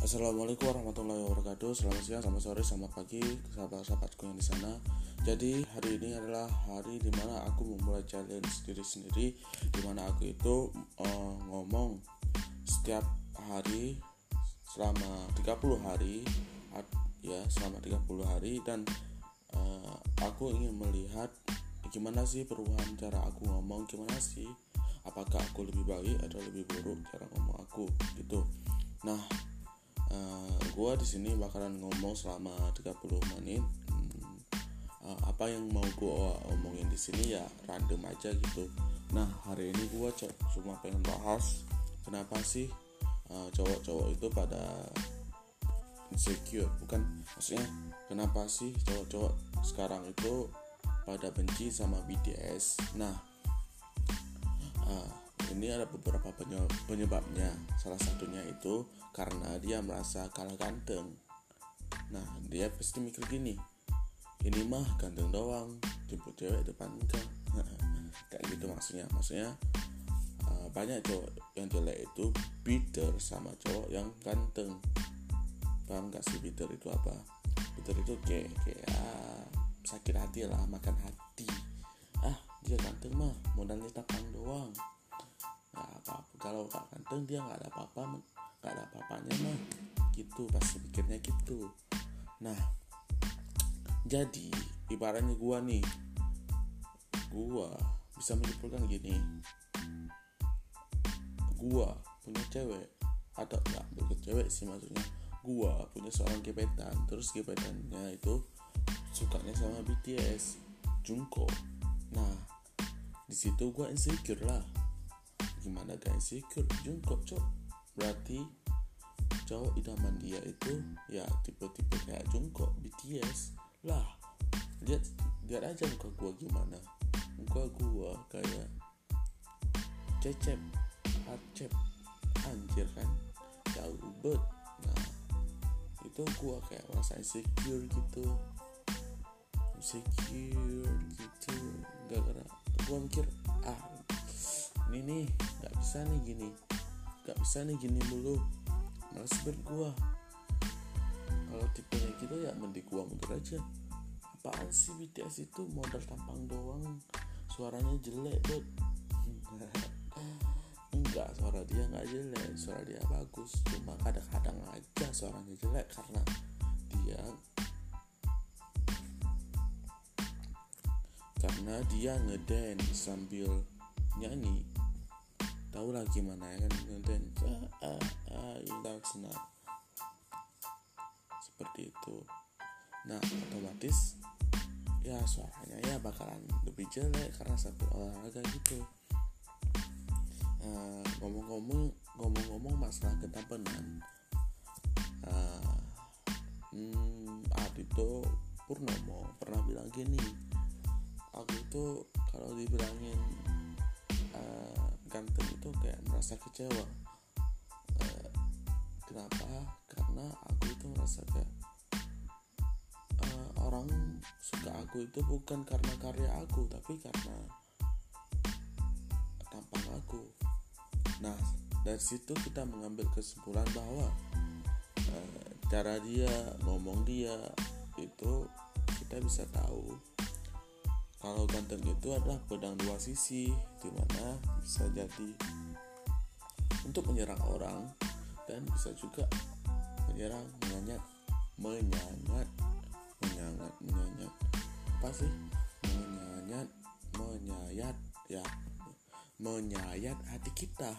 Assalamualaikum warahmatullahi wabarakatuh. Selamat siang, selamat sore, selamat pagi, sahabat-sahabatku yang di sana. Jadi hari ini adalah hari dimana aku memulai challenge diri sendiri, dimana aku itu ngomong setiap hari selama 30 hari, selama 30 hari, dan aku ingin melihat gimana sih perubahan cara aku ngomong, gimana sih, apakah aku lebih baik atau lebih buruk cara ngomong aku gitu. Nah, gue di sini bakalan ngomong selama 30 menit. Apa yang mau gue omongin di sini ya random aja gitu. Nah, hari ini gue cuma pengen bahas kenapa sih cowok-cowok itu pada insecure, bukan, maksudnya kenapa sih cowok-cowok sekarang itu pada benci sama BTS. Nah, ini ada beberapa penyebabnya. Salah satunya itu karena dia merasa kalah ganteng. Nah, dia pasti mikir gini, ini mah ganteng doang, jemput cewek depan enggak. Kayak gitu maksudnya banyak cowok yang jelek itu bitter sama cowok yang ganteng. Paham gak sih bitter itu apa? Bitter itu kayak sakit hati lah, makan hati. Dia ganteng mah modalnya tapang doang, nggak apa-apa. Kalau gak ganteng dia nggak ada apa-apanya mah gitu, pasti pikirnya gitu. Nah, jadi ibaratnya gua bisa menyimpulkan gini, gua punya cewek, atau nggak bukan cewek sih, maksudnya gua punya seorang gebetan, terus gebetannya itu sukanya sama BTS, Jungkook. Nah, di situ gue insecure lah. Gimana gak insecure? Jungkook berarti cowok idaman dia itu ya tipe-tipe kayak Jungkook, BTS lah. Lihat aja muka gue gimana. Muka gue kayak cecep, acep, anjir kan, jauh bet. Nah, itu gue kayak merasa insecure gitu. Gara-gara gue mikir, ini nih nggak bisa nih gini mulu, malas banget gue. Kalau tipenya gitu ya mending gue mundur aja. Apaan sih BTS itu modal tampang doang, suaranya jelek bet. Enggak, suara dia nggak jelek, suara dia bagus, cuma kadang-kadang aja suaranya jelek karena dia ngedance sambil nyanyi. Tahu lah gimana ya kan, ngedance seperti itu. Nah, otomatis ya suaranya ya bakalan lebih jelek karena sambil olahraga gitu. Ngomong-ngomong masalah ketampanan, Ardhito Purnomo pernah bilang gini, aku itu kalau dibilangin ganteng itu kayak merasa kecewa. Kenapa? Karena aku itu merasa kayak orang suka aku itu bukan karena karya aku, tapi karena tampang aku. Nah, dari situ kita mengambil kesimpulan bahwa cara dia ngomong dia itu kita bisa tahu kalau ganteng itu adalah pedang dua sisi, dimana bisa jadi untuk menyerang orang dan bisa juga menyerang, menyayat hati kita,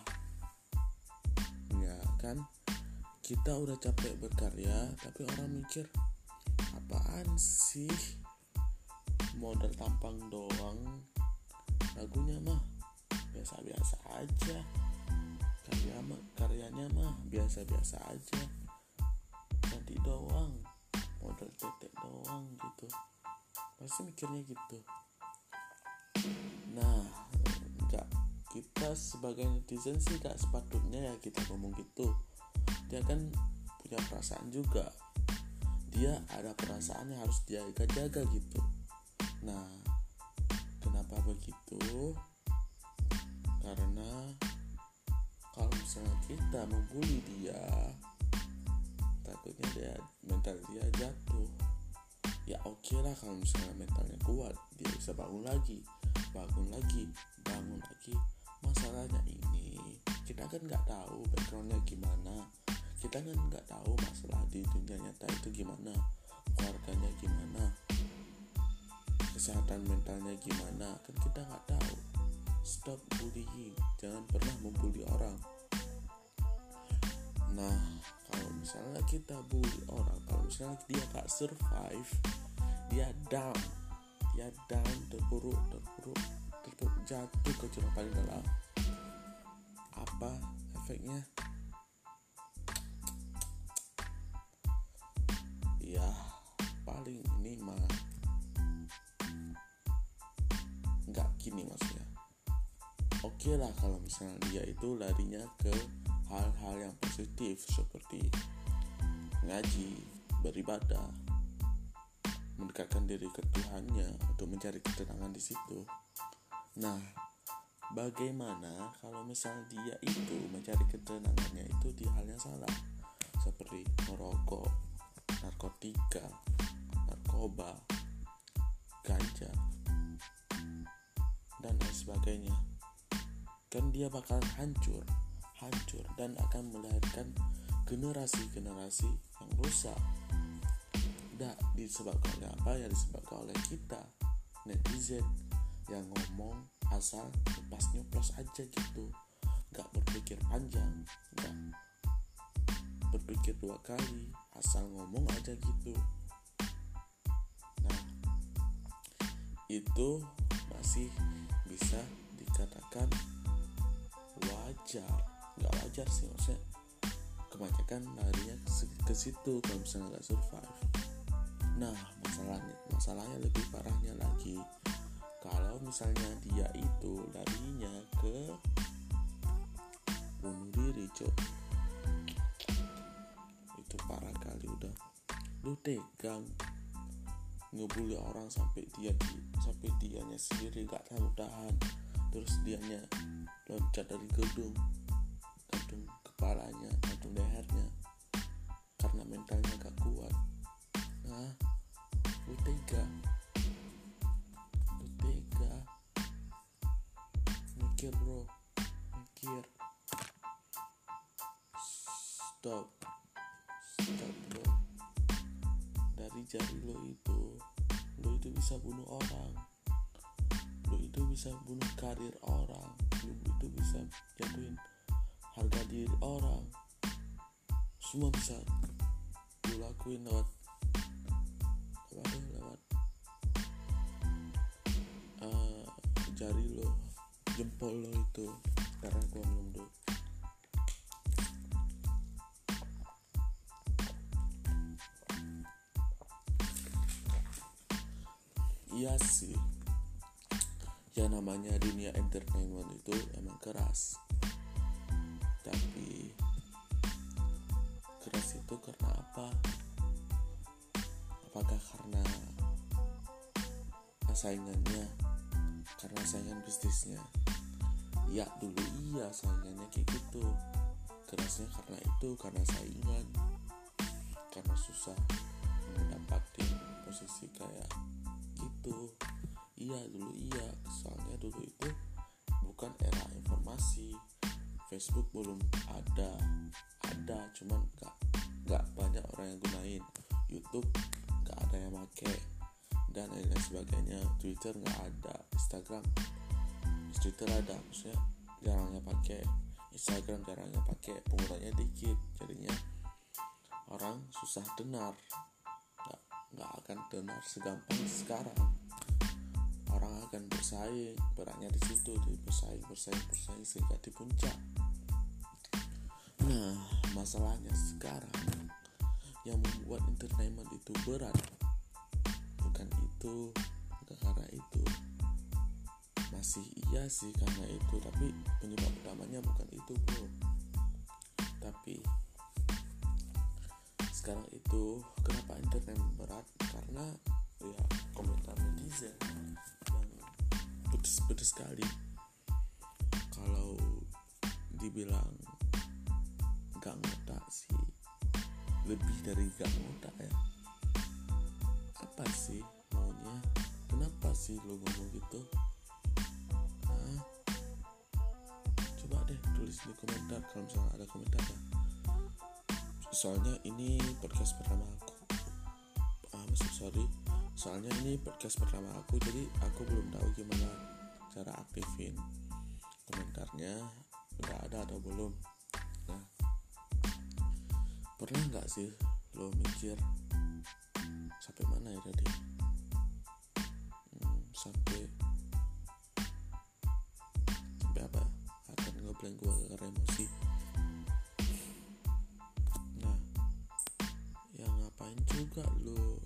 ya kan? Kita udah capek berkarya, tapi orang mikir, apaan sih, modal tampang doang, lagunya mah biasa-biasa aja, karyanya mah biasa-biasa aja, ganti doang, modal tetek doang gitu. Pasti mikirnya gitu. Nah, kita sebagai netizen sih gak sepatutnya ya kita ngomong gitu. Dia kan punya perasaan juga, dia ada perasaan yang harus dia jaga gitu. Nah, kenapa begitu? Karena kalau misalnya kita membuli dia, takutnya mental dia jatuh. Ya oke lah kalau misalnya mentalnya kuat, dia bisa bangun lagi. Masalahnya ini kita kan nggak tahu backgroundnya gimana, kita kan nggak tahu masalah di dunia nyata itu gimana, keluarganya gimana, kesehatan mentalnya gimana, kan kita nggak tahu. Stop bullying, jangan pernah membuli orang. Nah, kalau misalnya kita bully orang, kalau misalnya dia gak survive, dia down, terpuruk, jatuh ke jurang paling dalam. Apa efeknya? Ya paling ini mah nggak gini maksudnya. Oke lah kalau misalnya dia itu larinya ke hal-hal yang positif seperti ngaji, beribadah, mendekatkan diri ke Tuhannya untuk mencari ketenangan di situ. Nah, bagaimana kalau misalnya dia itu mencari ketenangannya itu di hal yang salah, seperti merokok, narkotika, narkoba, ganja, dan lain sebagainya? Kan dia bakalan hancur dan akan melahirkan generasi-generasi yang rusak. Disebabkan oleh apa? Ya disebabkan oleh kita netizen yang ngomong asal nyoplos aja gitu, gak berpikir panjang, gak berpikir dua kali, asal ngomong aja gitu. Nah, itu masih bisa dikatakan wajar. Gak wajar sih, maksudnya kebanyakan larinya ke situ kalau misalnya gak survive. Nah, masalahnya lebih parahnya lagi, kalau misalnya dia itu larinya ke bunuh diri, cok. Itu parah kali udah. Lu tegang ngebully orang sampai dianya sendiri gak tahan, terus dianya loncat dari gedung, gantung kepalanya, gantung lehernya karena mentalnya gak kuat. Nah, lu tega. Mikir bro, mikir. Stop bro. Dari jari lo itu bisa bunuh orang, lo itu bisa bunuh karir orang, lo itu bisa jatuhin harga diri orang. Semua bisa lo lakuin lewat jari lo, jempol lo itu. Sekarang gua minum dulu. Iya sih, ya namanya dunia entertainment itu emang keras. Tapi keras itu karena apa? Apakah karena saingannya, karena saingan bisnisnya? Ya dulu iya saingannya kayak gitu. Kerasnya karena saingan, karena susah mendapatin posisi kayak gitu. Iya dulu iya, soalnya dulu itu bukan era informasi, Facebook belum ada cuman gak banyak orang yang gunain, YouTube gak ada yang pakai, dan lain sebagainya. Twitter gak ada, Twitter ada, maksudnya jarangnya pakai. Instagram jarangnya pakai, penggunanya dikit, jadinya orang susah dengar. Gak akan dengar segampang sekarang. Orang akan bersaing, beratnya di situ, bersaing sehingga di puncak. Nah, masalahnya sekarang yang membuat entertainment itu berat bukan karena itu. Masih iya sih karena itu, tapi penyebab utamanya bukan itu, bro. Tapi sekarang itu kenapa entertainment berat? Karena ya komentar netizen yang pedes sekali. Kalau dibilang gak ngotak sih lebih dari gak muda ya. Apa sih maunya? Kenapa sih lo ngomong gitu? Coba deh tulis di komentar kalau misalnya ada komentar ya. Soalnya ini podcast pertama aku. Soalnya ini podcast pertama aku, jadi aku belum tahu gimana cara aktifin komentarnya, udah ada atau belum. Nah, pernah nggak sih lo mikir sampai mana ya tadi? Sampai apa? Akan ngeblank gua karena emosi. Nah, yang ngapain juga lo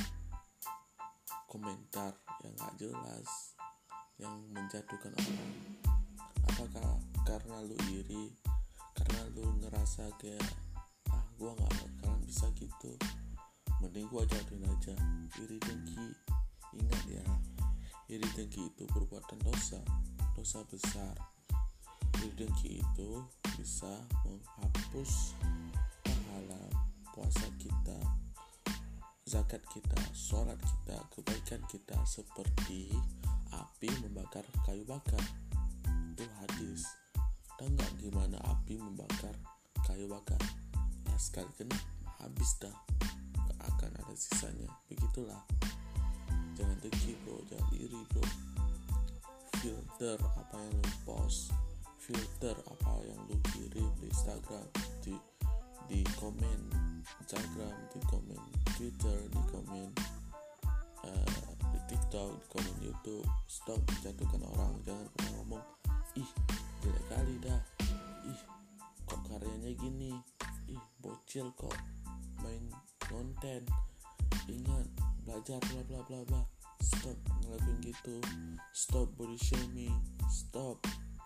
komentar yang gak jelas, yang menjatuhkan orang? Apakah karena lu iri, karena lu ngerasa kayak gua gak bakalan bisa gitu, mending gua jatuhin aja? Iri dengki, ingat ya, iri dengki itu perbuatan dosa besar. Iri dengki itu bisa menghapus pahala puasa kita, zakat kita, sholat kita, kebaikan kita, seperti api membakar kayu bakar. Itu hadis. Tahu nggak gimana api membakar kayu bakar? Ya sekali kena habis dah, nggak akan ada sisanya. Begitulah. Jangan dengki bro, jangan iri bro. Filter apa yang lu post, filter apa yang lu kirim di Instagram, di komen Instagram, di komen Twitter, di komen di TikTok, di komen YouTube. Stop menjatuhkan orang. Jangan pernah ngomong, ih jelek kali dah, ih kok karyanya gini, ih bocil kok main konten, ingat belajar bla bla bla bla. Stop ngelakuin gitu. Stop body shaming. Stop.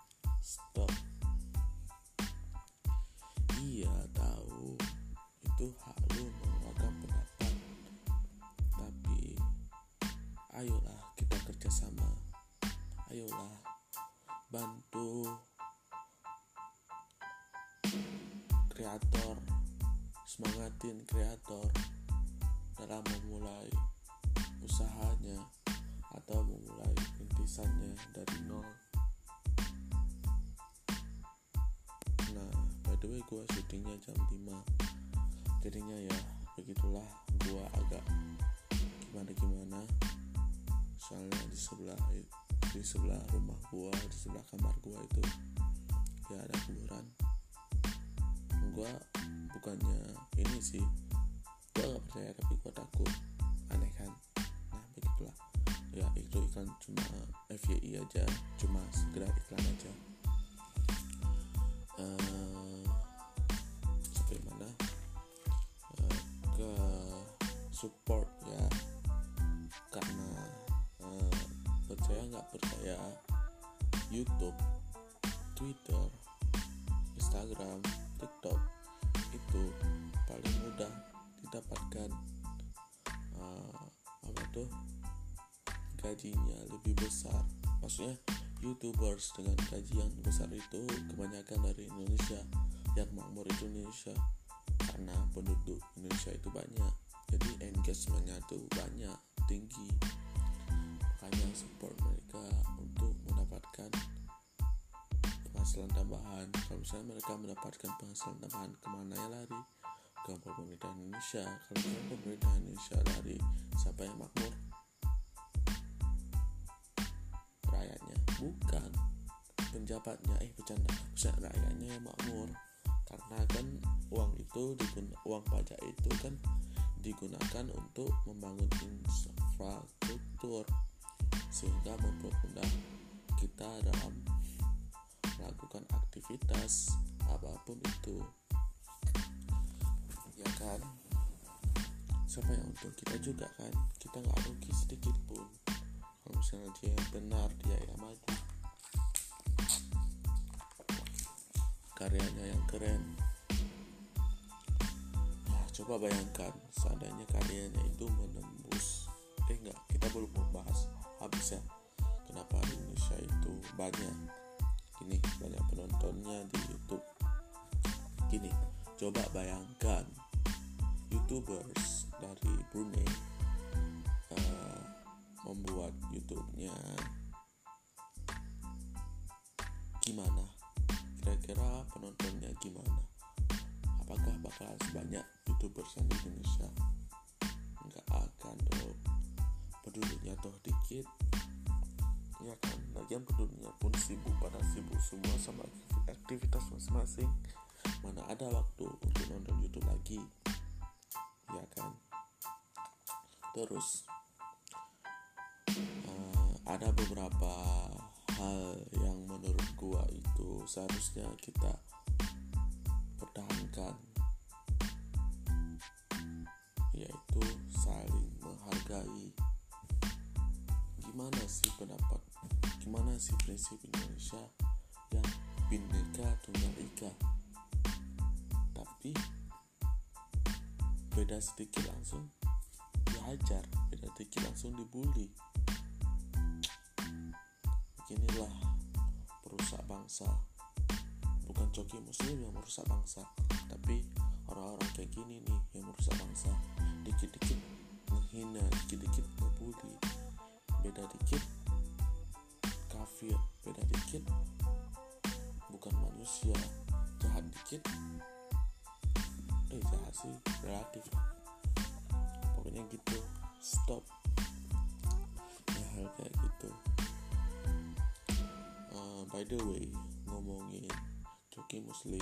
Iya tahu itu hak lu mengeluarkan pendapat, tapi ayolah kita kerjasama. Ayolah bantu kreator, semangatin kreator dalam memulai usahanya atau memulai rintisannya dari nol. Nah, by the way gue syutingnya jam 5, jadinya ya begitulah, gue agak gimana soalnya di sebelah rumah gue, di sebelah kamar gue itu ya ada kuburan. Gue bukannya ini sih, gue gak percaya tapi gue takut, aneh kan. Nah begitulah ya, itu iklan cuma FYI aja, cuma segera iklan aja. Sampai mana ke support ya, karena percaya nggak percaya, YouTube, Twitter, Instagram, TikTok itu paling mudah didapatkan gajinya lebih besar. Maksudnya YouTubers dengan gaji yang besar itu kebanyakan dari Indonesia, yang makmur itu Indonesia, karena penduduk Indonesia itu banyak, jadi engagementnya tuh banyak, tinggi. Makanya support mereka untuk mendapatkan penghasilan tambahan. Kalau misalnya mereka mendapatkan penghasilan tambahan, kemana ya lari? Ke pemerintah Indonesia. Kalau misalnya pemerintah Indonesia lari, siapa yang makmur? Rakyatnya, bukan penjabatnya. Bercanda, rakyatnya yang makmur. Karena kan uang pajak itu kan digunakan untuk membangun infrastruktur, sehingga mempermudah kita dalam melakukan aktivitas apapun itu, ya kan? Siapa yang untung? Kita juga kan, kita nggak rugi sedikit pun. Kalau misalnya dia yang benar, dia yang maju, karyanya yang keren. Nah, coba bayangkan seandainya karyanya itu menembus kita belum membahas habis ya, kenapa di Indonesia itu banyak penontonnya di YouTube gini. Coba bayangkan YouTubers dari Brunei membuat YouTube-nya gimana? Kira-kira penontonnya gimana? Apakah bakal sebanyak YouTubers yang di Indonesia? Nggak akan dong. Penduduknya toh dikit, ya kan? Lagian penduduknya pun sibuk semua sama aktivitas masing-masing. Mana ada waktu untuk nonton YouTube lagi, ya kan? Terus ada beberapa hal yang menurut gua itu seharusnya kita pertahankan, yaitu saling menghargai. Gimana sih prinsip Indonesia yang Bhinneka Tunggal Ika, tapi beda sedikit langsung dihajar, beda sedikit langsung dibully. Beginilah perusak bangsa. Bukan Coki Muslim yang merusak bangsa, tapi orang-orang kayak gini nih yang merusak bangsa. Dikit-dikit menghina, dikit-dikit ngebully, beda dikit kafir, beda dikit bukan manusia, jahat dikit jahat sih relatif, pokoknya gitu. Stop hal kayak gitu. By the way, ngomongin Coki Muslim,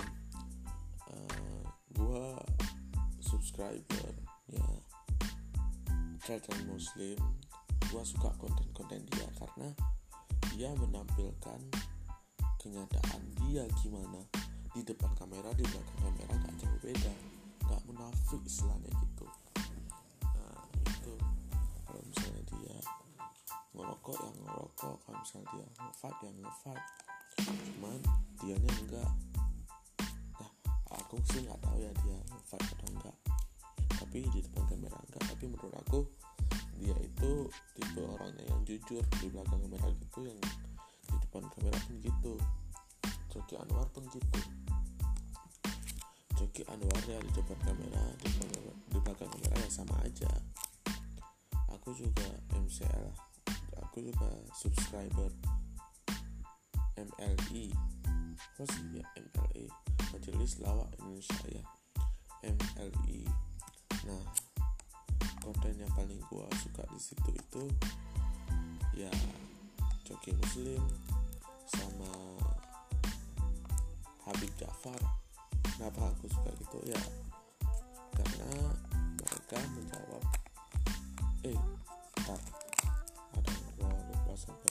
gua subscriber ya Channel Muslim. Gua suka konten-konten dia karena dia menampilkan kenyataan dia gimana di depan kamera, di belakang kamera gak jauh beda, gak munafik istilahnya gitu. Nah itu, kalau misalnya dia ngerokok ya ngerokok, kalau misalnya dia ngefight ya ngefight, cuman dianya enggak. Nah aku sih nggak tahu ya dia ngefight atau enggak, tapi di depan kamera enggak. Tapi menurut aku dia itu tipe orangnya yang jujur, di belakang kamera gitu, yang di depan kamera pun gitu. Coki Anwar pun gitu. Coki Anwar ya di depan kamera, di belakang kamera ya sama aja. Aku juga MCL, aku juga subscriber MLI, apa sih ya MLI, Majelis Lawak Indonesia ya, MLI. Nah konten yang paling gua suka di situ itu ya Coki Muslim sama Habib Ja'far. Kenapa aku suka gitu ya? Karena mereka menjawab bentar, ada yang gua lupa sampai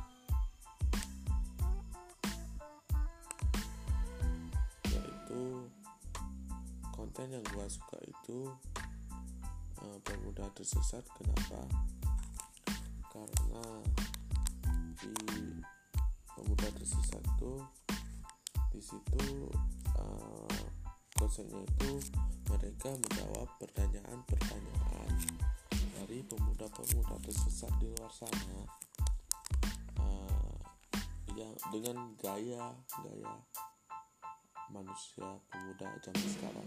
yaitu konten yang gua suka itu pemuda tersesat. Kenapa? Karena di pemuda tersesat tuh di situ konsepnya itu mereka menjawab pertanyaan-pertanyaan dari pemuda-pemuda tersesat di luar sana, yang dengan gaya manusia pemuda zaman sekarang.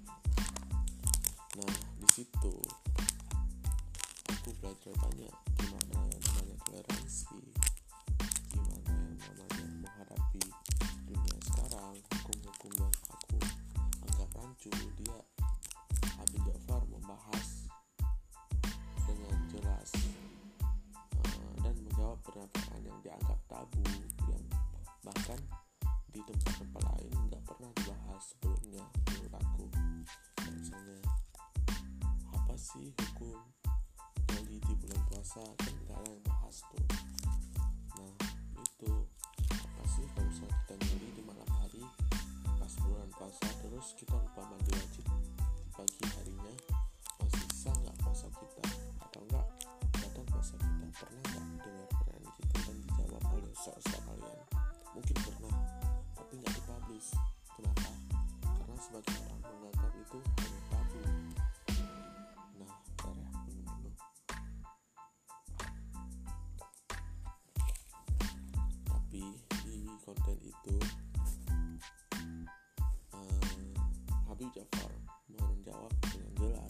Nah di situ aku belajar banyak gimana yang namanya toleransi, gimana yang namanya menghadapi dunia sekarang, hukum-hukum yang aku anggap rancu. Dia Habib Ja'far membahas dengan jelas dan menjawab pertanyaan yang dianggap tabu, yang bahkan di tempat-tempat lain nggak pernah dibahas sebelumnya menurut aku. Misalnya apa sih hukum nyoli di bulan puasa, kan nggak ada yang bahas tuh. Nah itu apa sih kalau misalnya kita nyoli di malam hari pas bulan puasa, terus kita lupa mandi wajib di pagi harinya, masih sah nggak puasa kita atau enggak batal puasa kita? Pernah nggak dengar pertanyaan gitu dan dijawab oleh ustaz kalian? Mungkin pernah, tapi nggak dipublish. Kenapa? Karena sebagian orang menganggap itu hanya tabu. Nah, bentar ya, minum dulu. Tapi di konten itu Habib Ja'far menjawab dengan jelas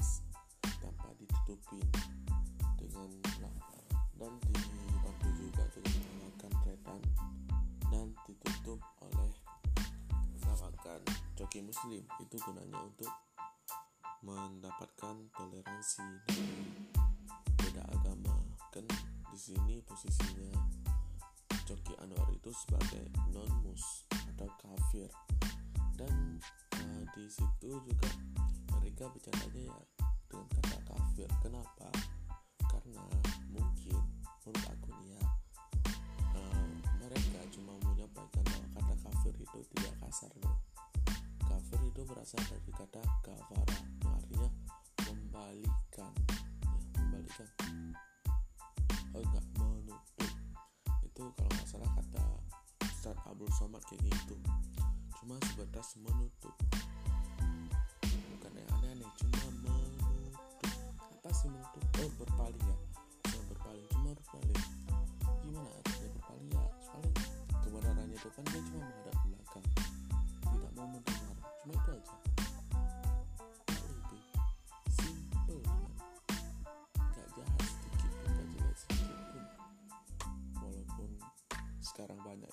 ditutupin dengan dan dibantu juga dengan menggunakan redan dan ditutup oleh namakan coki muslim. Itu gunanya untuk mendapatkan toleransi dari beda agama. Kan di sini posisinya Coki Anwar itu sebagai non-mus atau kafir, dan di situ juga mereka bicaranya ya dengan kata kafir. Kenapa? Karena mungkin menurut aku nih ya, mereka cuma menyampaikan bahwa kata kafir itu tidak kasar loh. Kafir itu berasal dari kata kafara yang artinya membalikan, membalikan. Enggak, menutup. Itu kalau nggak salah kata Ustaz Abdul Somad kayak gitu. Cuma sebatas menutup. Bukan yang aneh-aneh, cuma menutup. Apa sih menutup? Oh, berpaling ya. Cuma berpaling, Gimana artinya berpaling ya? Paling kebenarannya itu kan dia cuma menghadap ke belakang, tidak mau mendengar. Cuma itu aja. Lebih simple kan? Gak jahat sedikit pun, gak jelek sedikit pun. Walaupun sekarang banyak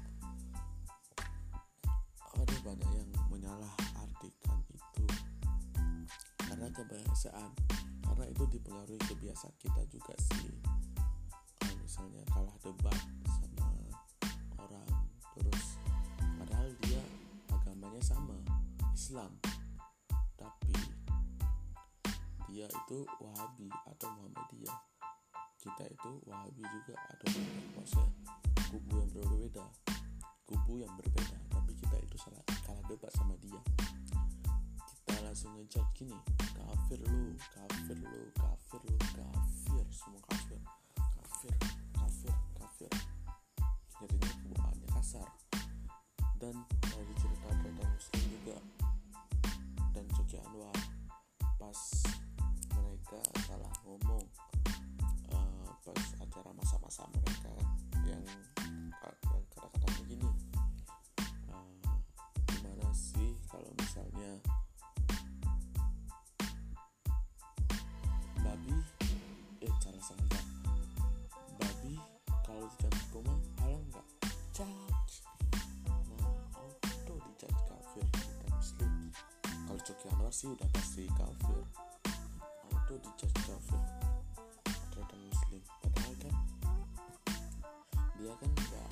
yang menyalah artikan itu karena kebiasaan, karena itu dipengaruhi kebiasaan kita juga sih. Kalau misalnya kalah debat sama orang, terus padahal dia agamanya sama, Islam, tapi dia itu Wahabi atau Muhammadiyah, kita itu Wahabi juga atau Muhammadiyah, maksudnya kubu yang berbeda, tapi kita itu kalah debat sama dia. Kita langsung ngejat gini, kafir lu, semua kafir. Jadinya pembawaannya kasar. Dan dari cerita Redan Muslim juga dan Coki Anwar, pas mereka salah ngomong pas acara masa-masa mereka yang kata-kata begini, gimana sih kalau misalnya babi kalau dicampur koma halal nggak? Judge. Nah, auto dijudge kafir kita muslim. Kalau Coki Anwar sih udah pasti kafir, auto dijudge kafir Redan Muslim. Padahal kan dia kan nggak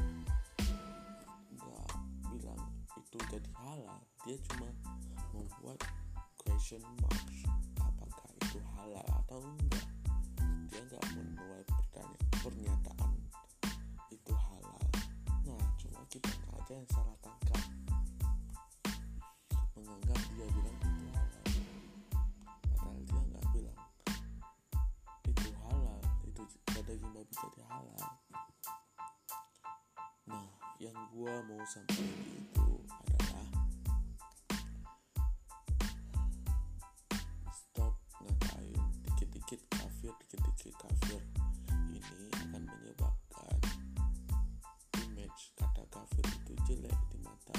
bilang itu jadi halal, dia cuma membuat question mark apakah itu halal atau enggak. Dia nggak menuai pernyataan itu halal. Nah, cuma kita aja yang salah tangkap, menganggap dia bilang itu halal, padahal dia nggak bilang itu halal, itu daging babi jadi halal. Nah, yang gua mau sampaikan itu adalah stop ngatain dikit-dikit kafir. Ini akan menyebabkan image kata kafir itu jelek di mata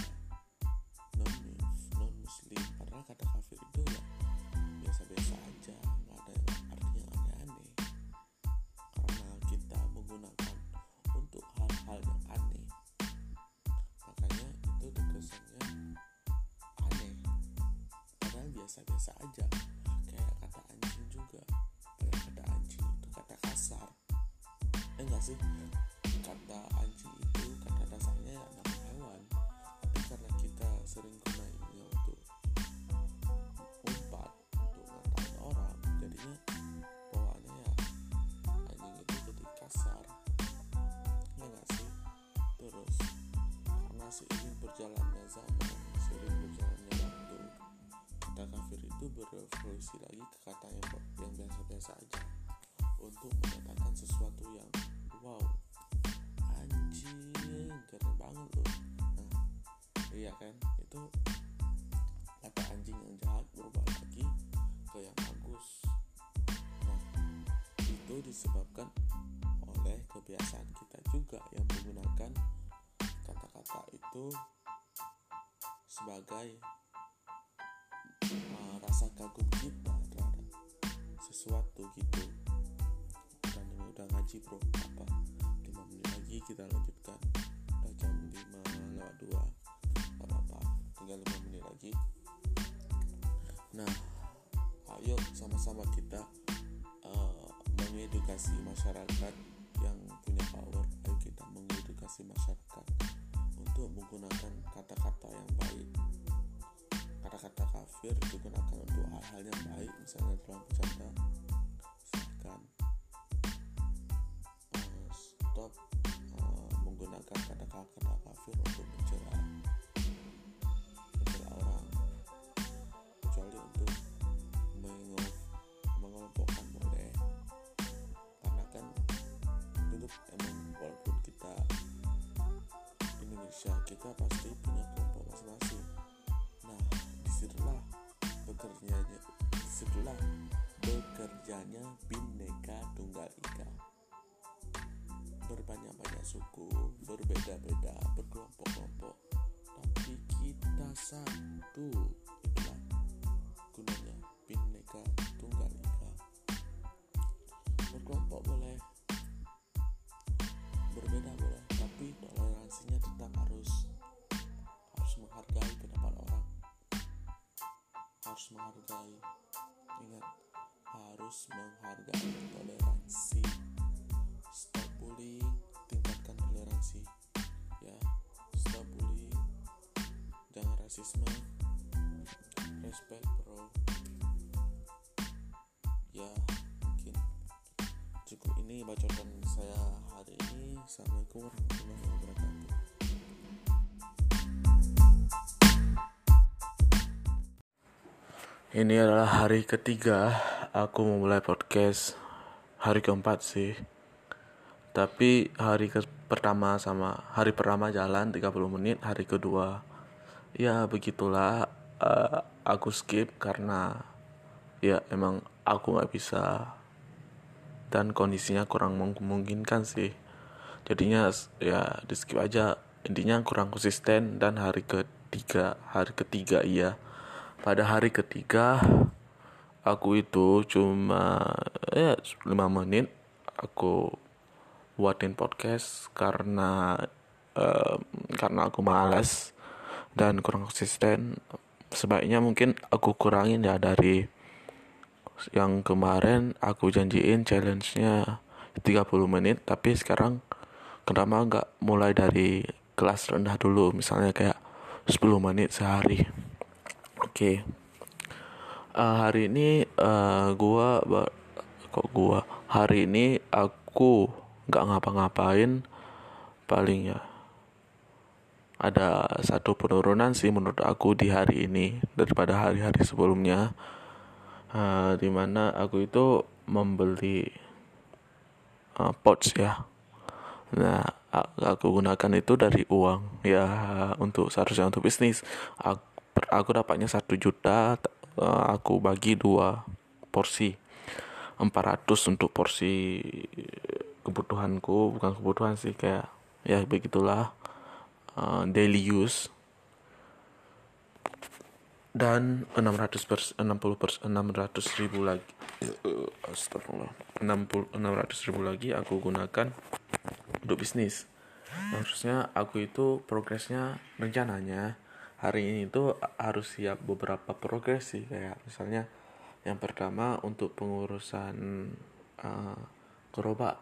non muslim. Padahal kata kafir itu ya biasa-biasa aja, nggak ada artinya aneh-aneh, karena kita menggunakan untuk hal-hal yang aneh, makanya itu kesannya aneh, padahal biasa-biasa aja. Kayak kata anjing juga, padahal kata anjing itu kata kasar, enggak sih? Kata anjing itu kata dasarnya ya nama hewan, tapi karena kita sering gunainnya untuk umpat, untuk ngatain orang, jadinya bawaannya ya anjing itu jadi kasar, ya enggak sih? Terus karena seiring berjalannya zaman, seiring berjalannya waktu, kata kafir itu berevolusi lagi ke kata yang biasa-biasa aja, untuk menyatakan sesuatu yang wow, anjing keren banget loh. Nah, iya kan, itu kata anjing yang jahat berubah lagi ke yang bagus. Nah, itu disebabkan oleh kebiasaan kita juga yang menggunakan kata-kata itu sebagai rasa kagum kita terhadap sesuatu gitu. Dan ini udah ngaji bro, apa 5 menit lagi kita lanjutkan. Udah jam 5:02, apa-apa, tinggal 5 menit lagi. Nah, ayo sama-sama kita mengedukasi masyarakat yang punya power. Ayo kita mengedukasi masyarakat untuk menggunakan kata-kata yang baik. Kata-kata kafir digunakan untuk hal-hal yang baik, misalnya dalam bercanda. Silahkan stop menggunakan kata-kata kafir untuk mencela orang, kecuali untuk mengelompokkan boleh. Karena kan itu emang, walaupun kita Indonesia, kita pasti punya kelompok masing-masing. Nah, disitulah bekerjanya Bhinneka Tunggal Ika. Berbanyak-banyak suku, berbeda-beda, berkelompok-kelompok, tapi kita satu. Itulah gunanya Bhinneka Tunggal Ika. Berkelompok boleh, berbeda boleh, tapi toleransinya tetap harus menghargai pendapat orang, harus menghargai, ingat, harus menghargai toleransi. Stop bullying, tingkatkan toleransi ya. Stop bullying, jangan rasisme, respect bro ya. Mungkin cukup ini bacotan saya hari ini. Assalamualaikum warahmatullahi wabarakatuh. Ini adalah hari ketiga aku memulai podcast, hari keempat sih. Tapi hari pertama jalan 30 menit, hari kedua ya begitulah, aku skip karena ya emang aku gak bisa dan kondisinya kurang memungkinkan sih. Jadinya ya di skip aja, intinya kurang konsisten. Dan hari ketiga iya, pada hari ketiga aku itu cuma 5 menit aku buatin podcast karena aku malas dan kurang konsisten. Sebaiknya mungkin aku kurangin ya. Dari yang kemarin aku janjiin challenge-nya 30 menit, tapi sekarang kenapa enggak mulai dari kelas rendah dulu, misalnya kayak 10 menit sehari. Oke. Hari ini hari ini aku nggak ngapa-ngapain. Paling ya ada satu penurunan sih menurut aku di hari ini daripada hari-hari sebelumnya, dimana aku itu membeli pouch ya. Nah, aku gunakan itu dari uang ya, seharusnya untuk bisnis. Aku dapatnya 1 juta, aku bagi 2 porsi, 400 untuk porsi kebutuhanku, bukan kebutuhan sih, kayak ya begitulah, daily use. Dan 600 ribu lagi, astagfirullah, 600 ribu lagi aku gunakan untuk bisnis. Harusnya aku itu progresnya, rencananya hari ini itu harus siap beberapa progres sih. Kayak misalnya yang pertama untuk pengurusan gerobak.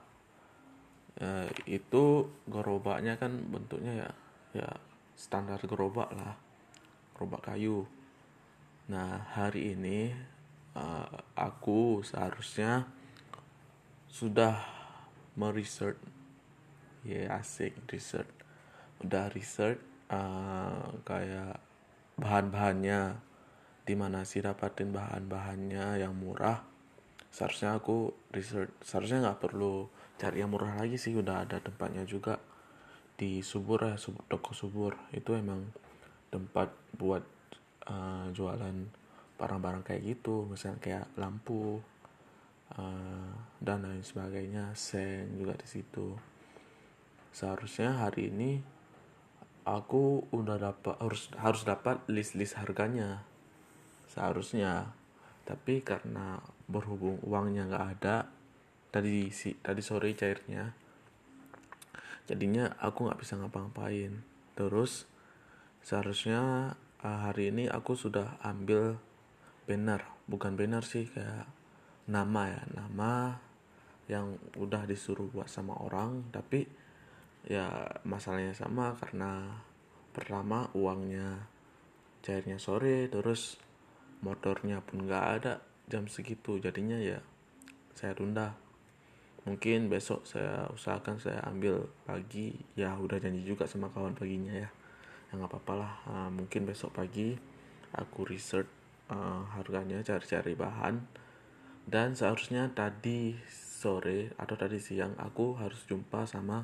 Itu gerobaknya kan bentuknya ya standar gerobak lah, gerobak kayu. Nah, hari ini aku seharusnya sudah meresearch, asik research, udah research kayak bahan-bahannya, di mana sih dapatin bahan-bahannya yang murah. Seharusnya aku research, seharusnya nggak perlu cari yang murah lagi sih, udah ada tempatnya juga di Subur ya, toko Subur itu emang tempat buat jualan barang-barang kayak gitu, misalnya kayak lampu dan lain sebagainya, seng juga di situ. Seharusnya hari ini aku udah harus dapat list harganya seharusnya, Tapi karena berhubung uangnya nggak ada tadi sore cairnya, jadinya aku nggak bisa ngapa-ngapain. Terus seharusnya hari ini aku sudah ambil bukan banner sih, kayak nama yang udah disuruh buat sama orang. Tapi ya masalahnya sama, karena pertama uangnya cairnya sore, terus motornya pun nggak ada jam segitu, jadinya ya saya tunda. Mungkin besok saya usahakan saya ambil pagi, ya udah janji juga sama kawan paginya ya nggak apa-apa lah. Mungkin besok pagi aku research harganya, cari-cari bahan. Dan seharusnya tadi sore atau tadi siang aku harus jumpa sama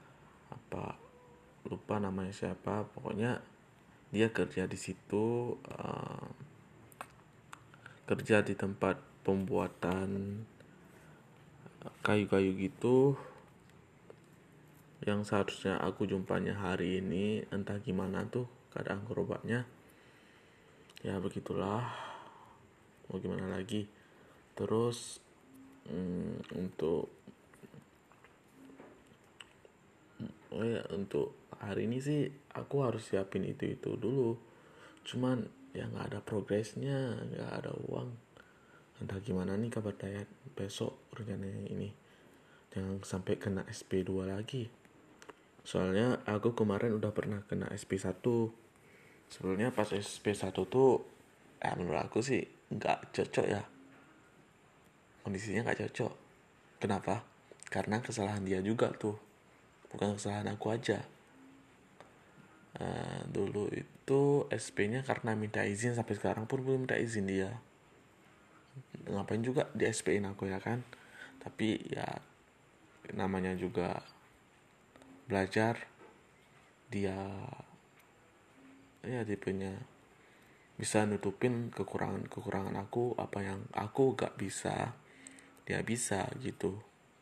lupa namanya siapa, pokoknya dia kerja di situ, kerja di tempat pembuatan kayu-kayu gitu, yang seharusnya aku jumpanya hari ini. Entah gimana tuh keadaan gerobaknya, ya begitulah, mau gimana lagi. Terus untuk hari ini sih aku harus siapin itu dulu, cuman ya nggak ada progresnya, nggak ada uang. Entah gimana nih kabar Dayat besok rencananya ini, jangan sampai kena SP2 lagi. Soalnya aku kemarin udah pernah kena SP1. Sebenarnya pas SP1 tuh menurut aku sih nggak cocok ya, kondisinya nggak cocok. Kenapa? Karena kesalahan dia juga tuh, bukan kesalahan aku aja. Dulu itu SP-nya karena minta izin, sampai sekarang pun belum minta izin dia. Ngapain juga di SP-in aku ya kan. Tapi ya namanya juga belajar, dia ya tipenya bisa nutupin kekurangan aku. Apa yang aku gak bisa, dia bisa gitu.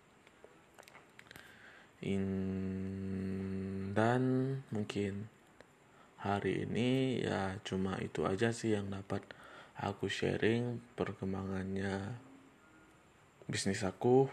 Dan mungkin hari ini ya cuma itu aja sih yang dapat aku sharing perkembangannya bisnis aku.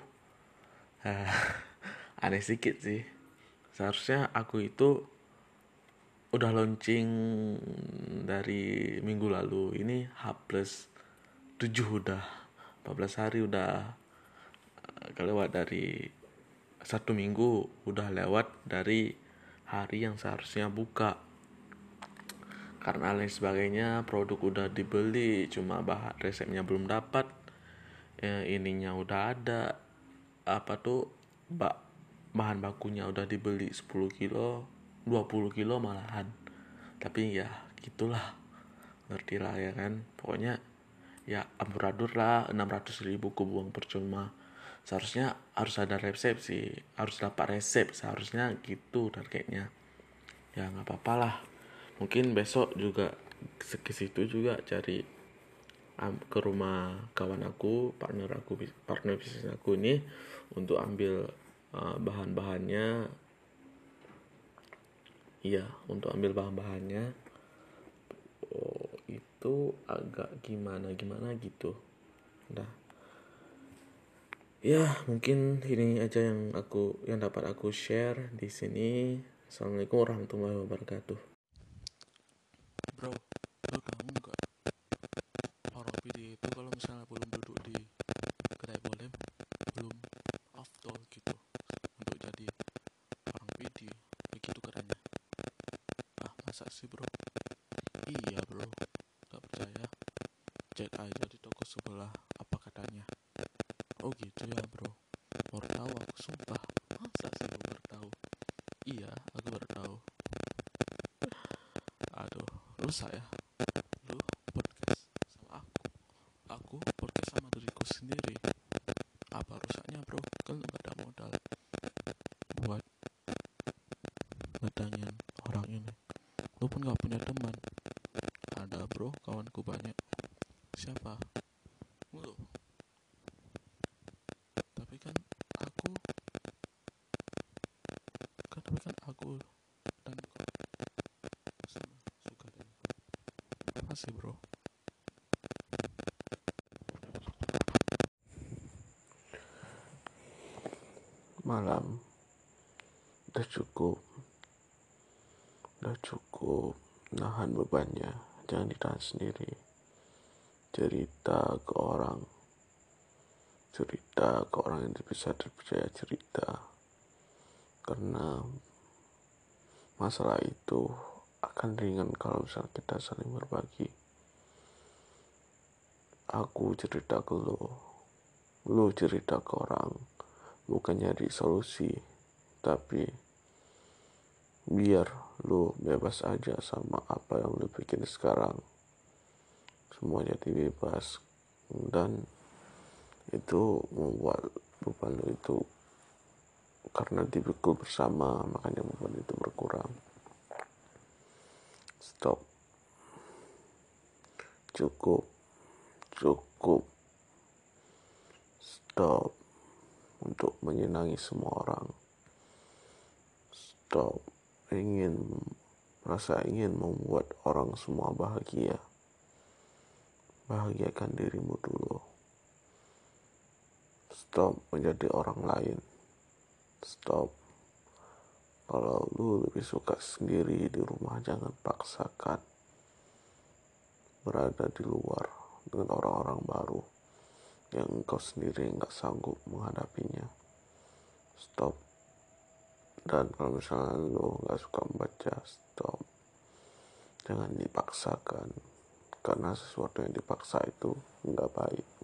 Aneh sedikit sih, seharusnya aku itu udah launching dari minggu lalu. Ini H+7 udah 14 hari udah kelewat dari 1 minggu, udah lewat dari hari yang seharusnya buka. Karena lain sebagainya, produk udah dibeli, cuma bahan resepnya belum dapat. Ininya udah ada, bahan bakunya udah dibeli 10 kilo 20 kilo malahan. Tapi ya gitulah, ngerti lah ya kan. Pokoknya ya amburadul lah, 600.000 kebuang percuma. Seharusnya harus ada resep sih, harus dapat resep seharusnya gitu targetnya. Ya nggak apa-apa lah, mungkin besok juga ke situ juga cari ke rumah kawan aku, partner bisnis aku ini, untuk ambil bahan-bahannya. Iya, untuk ambil bahan-bahannya. Itu agak gimana gitu. Nah, ya mungkin ini aja yang dapat aku share di sini. Assalamualaikum warahmatullahi wabarakatuh. Bro, lo tahu nggak, orang PD itu kalau misalnya belum duduk di kedai bolem, belum afdol gitu untuk jadi orang PD, begitu katanya. Masa sih bro? Iya bro, nggak percaya? Cek aja di toko sebelah apa katanya. Oh gitu ya bro, baru tahu aku, sumpah. Masa sih lu baru tahu? Iya, aku baru tahu. Aduh, rusak ya. Lu podcast sama aku podcast sama diriku sendiri. Apa rusaknya bro? Kan lu gak ada modal buat ngedangin orang ini. Lu pun gak punya teman. Ada bro, kawanku banyak. Siapa? Lu. Tapi kan aku dan kau sama suka dan kau. Apa sih bro? malam. Udah cukup nahan bebannya, jangan ditahan sendiri. Cerita ke orang yang bisa terpercaya, karena masalah itu akan ringan kalau misalnya kita saling berbagi. Aku cerita ke lu cerita ke orang, bukan nyari solusi, tapi biar lu bebas aja sama apa yang lu bikin sekarang. Semua jadi bebas, dan itu membuat beban lu itu, karena dipikul bersama, makanya beban itu berkurang. Stop. Cukup. Stop untuk menyenangi semua orang. Stop ingin membuat orang semua bahagia. Bahagiakan dirimu dulu. Stop menjadi orang lain. Stop. Kalau lu lebih suka sendiri di rumah, jangan paksakan berada di luar dengan orang-orang baru yang engkau sendiri nggak sanggup menghadapinya. Stop. Dan kalau misalnya lu nggak suka membaca, stop. Jangan dipaksakan, karena sesuatu yang dipaksa itu nggak baik.